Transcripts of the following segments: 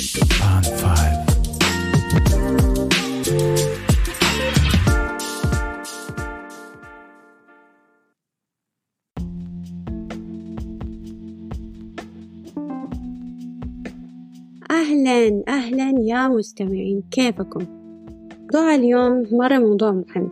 Band 5. أهلا يا مستمعين، كيفكم؟ موضوع اليوم مرة موضوع مهم.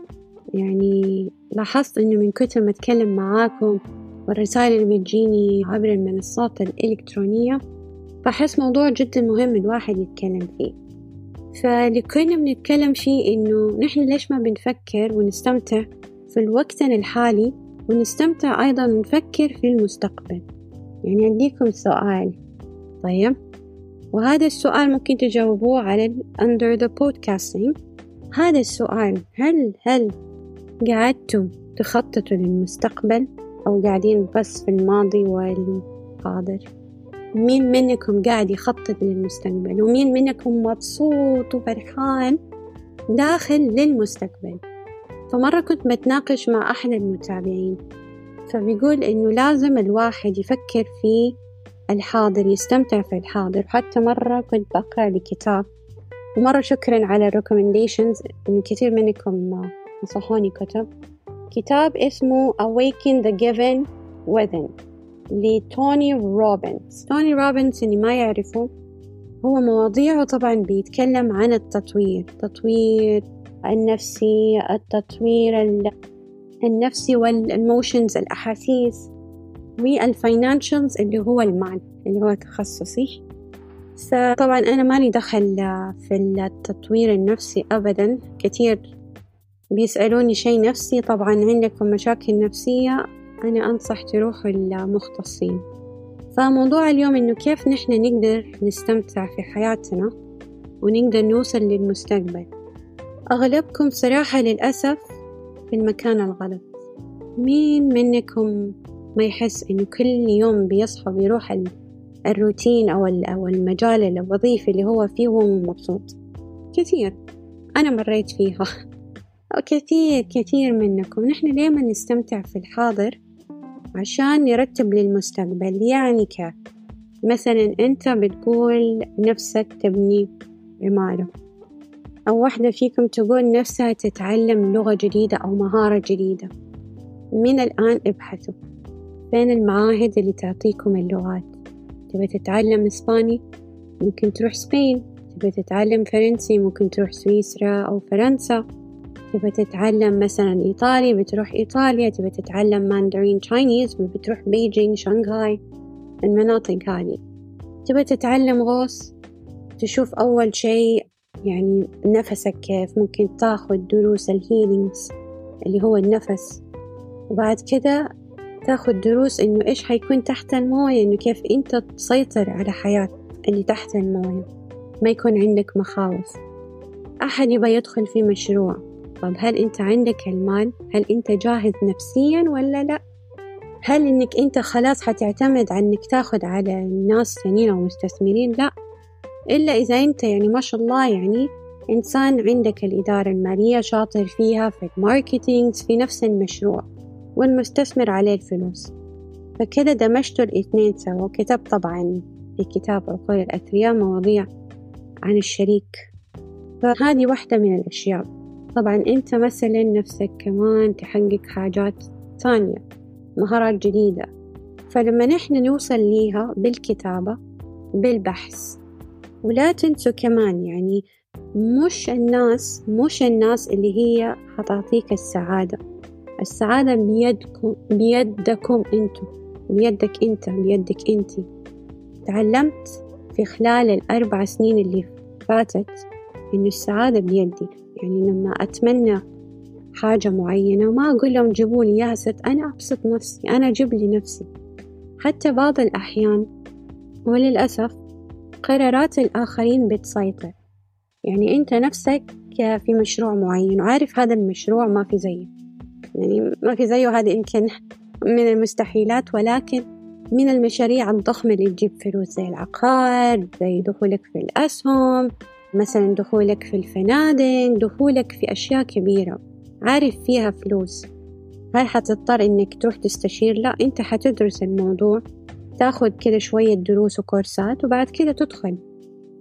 يعني لاحظت إنه من كتر ما أتكلم معاكم والرسائل اللي بتجيني عبر المنصات الإلكترونية، فأحس موضوع جدا مهم الواحد يتكلم فيه. فاللي كنا بنتكلم فيه إنه نحن ليش ما بنفكر ونستمتع في الوقت الحالي، ونستمتع أيضا نفكر في المستقبل. يعني عنديكم سؤال، طيب، وهذا السؤال ممكن تجاوبوه على under the podcasting. هذا السؤال، هل قعدتم تخططوا للمستقبل أو قاعدين بس في الماضي والحاضر؟ مين منكم قاعد يخطط للمستقبل، ومين منكم مبسوط وفرحان داخل للمستقبل؟ فمرة كنت بتناقش مع أحد المتابعين، فبيقول إنه لازم الواحد يفكر في الحاضر، يستمتع في الحاضر. حتى مرة كنت بقرأ لكتاب، ومرة شكرا على recommendations إنه كثير منكم نصحوني كتاب اسمه Awaken the Given Within لتوني روبنز. توني روبنز اللي ما يعرفه، هو مواضيعه طبعا بيتكلم عن التطوير النفسي، التطوير النفسي والإيموشنز، الأحاسيس، والفاينانشالز اللي هو المال اللي هو تخصصي. فطبعا أنا مالي دخل في التطوير النفسي أبدا. كتير بيسألوني شيء نفسي، طبعا عندكم مشاكل نفسية أنا أنصح تروحوا المختصين. فموضوع اليوم إنه كيف نحن نقدر نستمتع في حياتنا ونقدر نوصل للمستقبل. أغلبكم صراحة للأسف في المكان الغلط. مين منكم ما يحس إنه كل يوم بيصحى بيروح الروتين أو المجال الوظيفي اللي هو فيه وهو مبسوط؟ كثير، أنا مريت فيها. كثير منكم. نحن ليه ما نستمتع في الحاضر عشان نرتب للمستقبل؟ يعني كيف؟ مثلا أنت بتقول نفسك تبني عمارة، أو واحدة فيكم تقول نفسها تتعلم لغة جديدة أو مهارة جديدة. من الآن ابحثوا فين المعاهد اللي تعطيكم اللغات. تبي تتعلم إسباني، ممكن تروح سبين. تبي تتعلم فرنسي، ممكن تروح سويسرا أو فرنسا. تبي تتعلم مثلا إيطالي، بتروح إيطاليا. تبي تتعلم ماندرين تشاينيز، بتروح بيجينغ، شانغهاي، المناطق هذه. تبي تتعلم غوص، تشوف أول شيء يعني نفسك كيف، ممكن تاخد دروس الهيلينجز اللي هو النفس، وبعد كده تاخد دروس إنه إيش حيكون تحت الموية، إنه كيف أنت تسيطر على حياة اللي تحت الموية، ما يكون عندك مخاوف. أحد يبغى يدخل في مشروع، طب هل أنت عندك المال؟ هل أنت جاهز نفسيا ولا لا؟ هل إنك أنت خلاص حتعتمد على إنك تاخد على الناس ثانيين أو مستثمرين؟ لا، إلا إذا أنت يعني ما شاء الله يعني إنسان عندك الإدارة المالية، شاطر فيها، في الماركتينج، في نفس المشروع، والمستثمر عليه الفلوس. فكده دمجتوا الاثنين سوا. كتب طبعا في كتاب عقول الأثرياء مواضيع عن الشريك. فهذه واحدة من الأشياء. طبعا أنت مثلا نفسك كمان تحقق حاجات ثانية، مهارات جديدة. فلما نحن نوصل ليها بالكتابة، بالبحث. ولا تنسوا كمان يعني مش الناس اللي هي حتعطيك السعادة بيدكم انتوا، بيدك انت. تعلمت في خلال 4 سنين اللي فاتت إنه السعادة بيدي. يعني لما أتمنى حاجة معينة ما أقول لهم جيبوا لي إياها، أنا أبسط نفسي، أنا أجيب لي نفسي. حتى بعض الأحيان وللأسف قرارات الآخرين بتسيطر. يعني أنت نفسك في مشروع معين وعارف هذا المشروع ما في زيه، يعني ما في زيه، هذا يمكن من المستحيلات، ولكن من المشاريع الضخمة اللي تجيب فلوس، زي العقار، زي دخولك في الأسهم، مثلا دخولك في الفنادق، دخولك في أشياء كبيرة عارف فيها فلوس. هل حتضطر إنك تروح تستشير؟ لا، أنت حتدرس الموضوع، تاخد كده شوية دروس وكورسات، وبعد كده تدخل.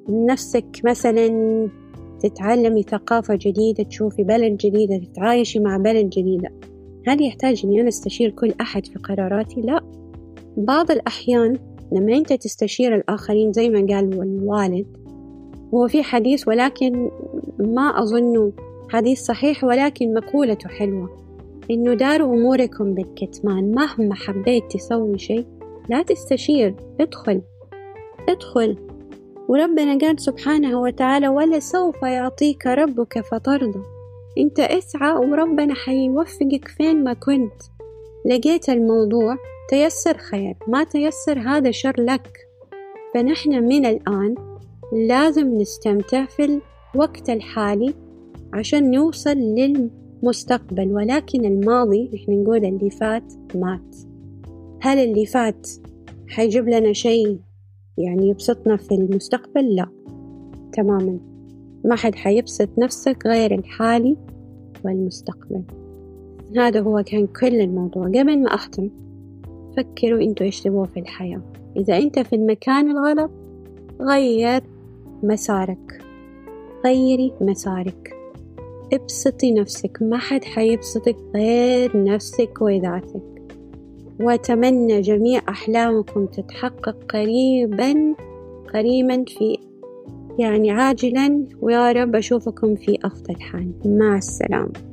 نفسك مثلا تتعلمي ثقافة جديدة، تشوفي بلد جديدة، تتعايشي مع بلد جديدة، هل يحتاج إني أنا استشير كل أحد في قراراتي؟ لا. بعض الأحيان لما أنت تستشير الآخرين زي ما قال الوالد، هو في حديث ولكن ما أظنه حديث صحيح، ولكن مقولته حلوة، إنه داروا أموركم بالكتمان. مهما حبيت تسوي شيء لا تستشير، ادخل. وربنا قال سبحانه وتعالى: ولسوف يعطيك ربك فترضى. انت اسعى وربنا حيوفقك فين ما كنت. لقيت الموضوع تيسر خير، ما تيسر هذا شر لك. فنحن من الآن لازم نستمتع في الوقت الحالي عشان نوصل للمستقبل، ولكن الماضي نحن نقول اللي فات مات. هل اللي فات حيجيب لنا شيء يعني يبسطنا في المستقبل؟ لا تماما، ما حد حيبسط نفسك غير الحالي والمستقبل. هذا هو كان كل الموضوع. قبل ما أختم، فكروا أنتوا إيش تبغوا في الحياة. إذا أنت في المكان الغلط غير مسارك، غيري مسارك، ابسطي نفسك، ما حد حيبسطك غير نفسك وذاتك. وأتمنى جميع أحلامكم تتحقق قريبا في يعني عاجلا، ويا رب أشوفكم في أفضل حال. مع السلامة.